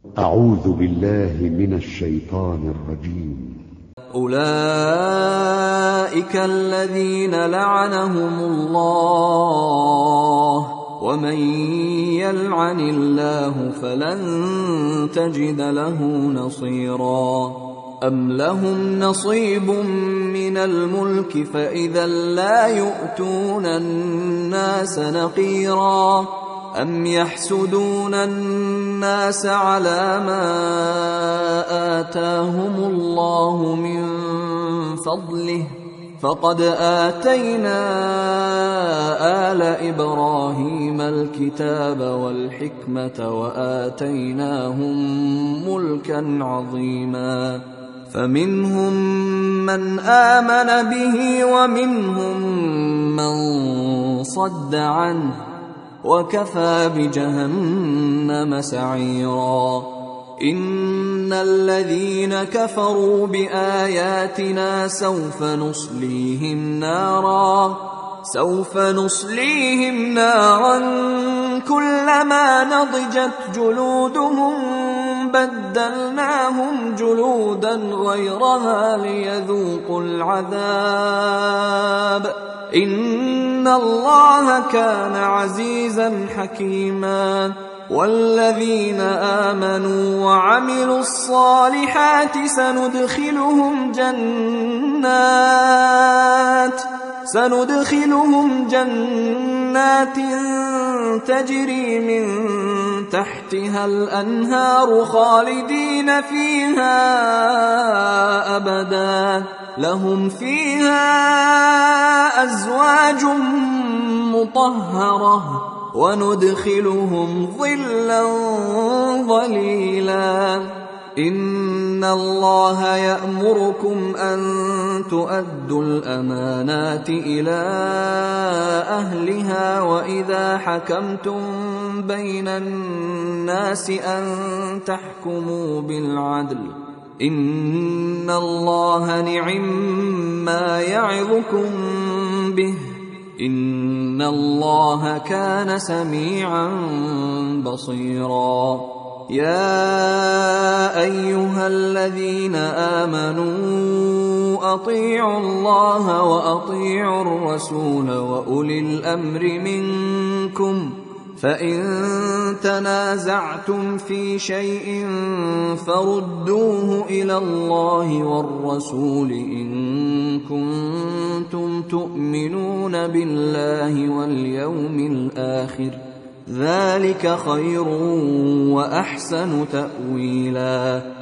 أعوذ بالله من الشيطان الرجيم. أولئك الذين لعنهم الله ومن يلعن الله فلن تجد له نصيرا أم لهم نصيب من الملك فإذا لا يؤتون الناس نقيرا أم يحسدون الناس على ما آتاهم الله من فضله فقد آتينا آل إبراهيم الكتاب والحكمة وآتيناهم ملكا عظيما فمنهم من آمن به ومنهم من صد عنه وكفى بجهنم سعيرا إن الذين كفروا بآياتنا سوف نصليهم نارا كلما نضجت جلودهم بدلناهم جلودا غيرها ليذوقوا العذاب إن الله كان عزيزا حكيما والذين آمنوا وعملوا الصالحات سندخلهم جنات تجري من تحتها الأنهار خالدين فيها أبدا لهم فيها أزواج مطهرة وندخلهم ظلا ظليلا إن الله يأمركم أن تؤدوا الأمانات إلى أهلها وإذا حكمتم بين الناس أن تحكموا بالعدل إن الله نعما يعظكم به إن الله كان سميعا بصيرا يا أيها الذين آمنوا أطيعوا الله وأطيعوا الرسول وأولي الأمر منكم فإن تنازعتم في شيء فردوه إلى الله والرسول إن كنتم تؤمنون بالله واليوم الآخر ذلك خير وأحسن تأويلا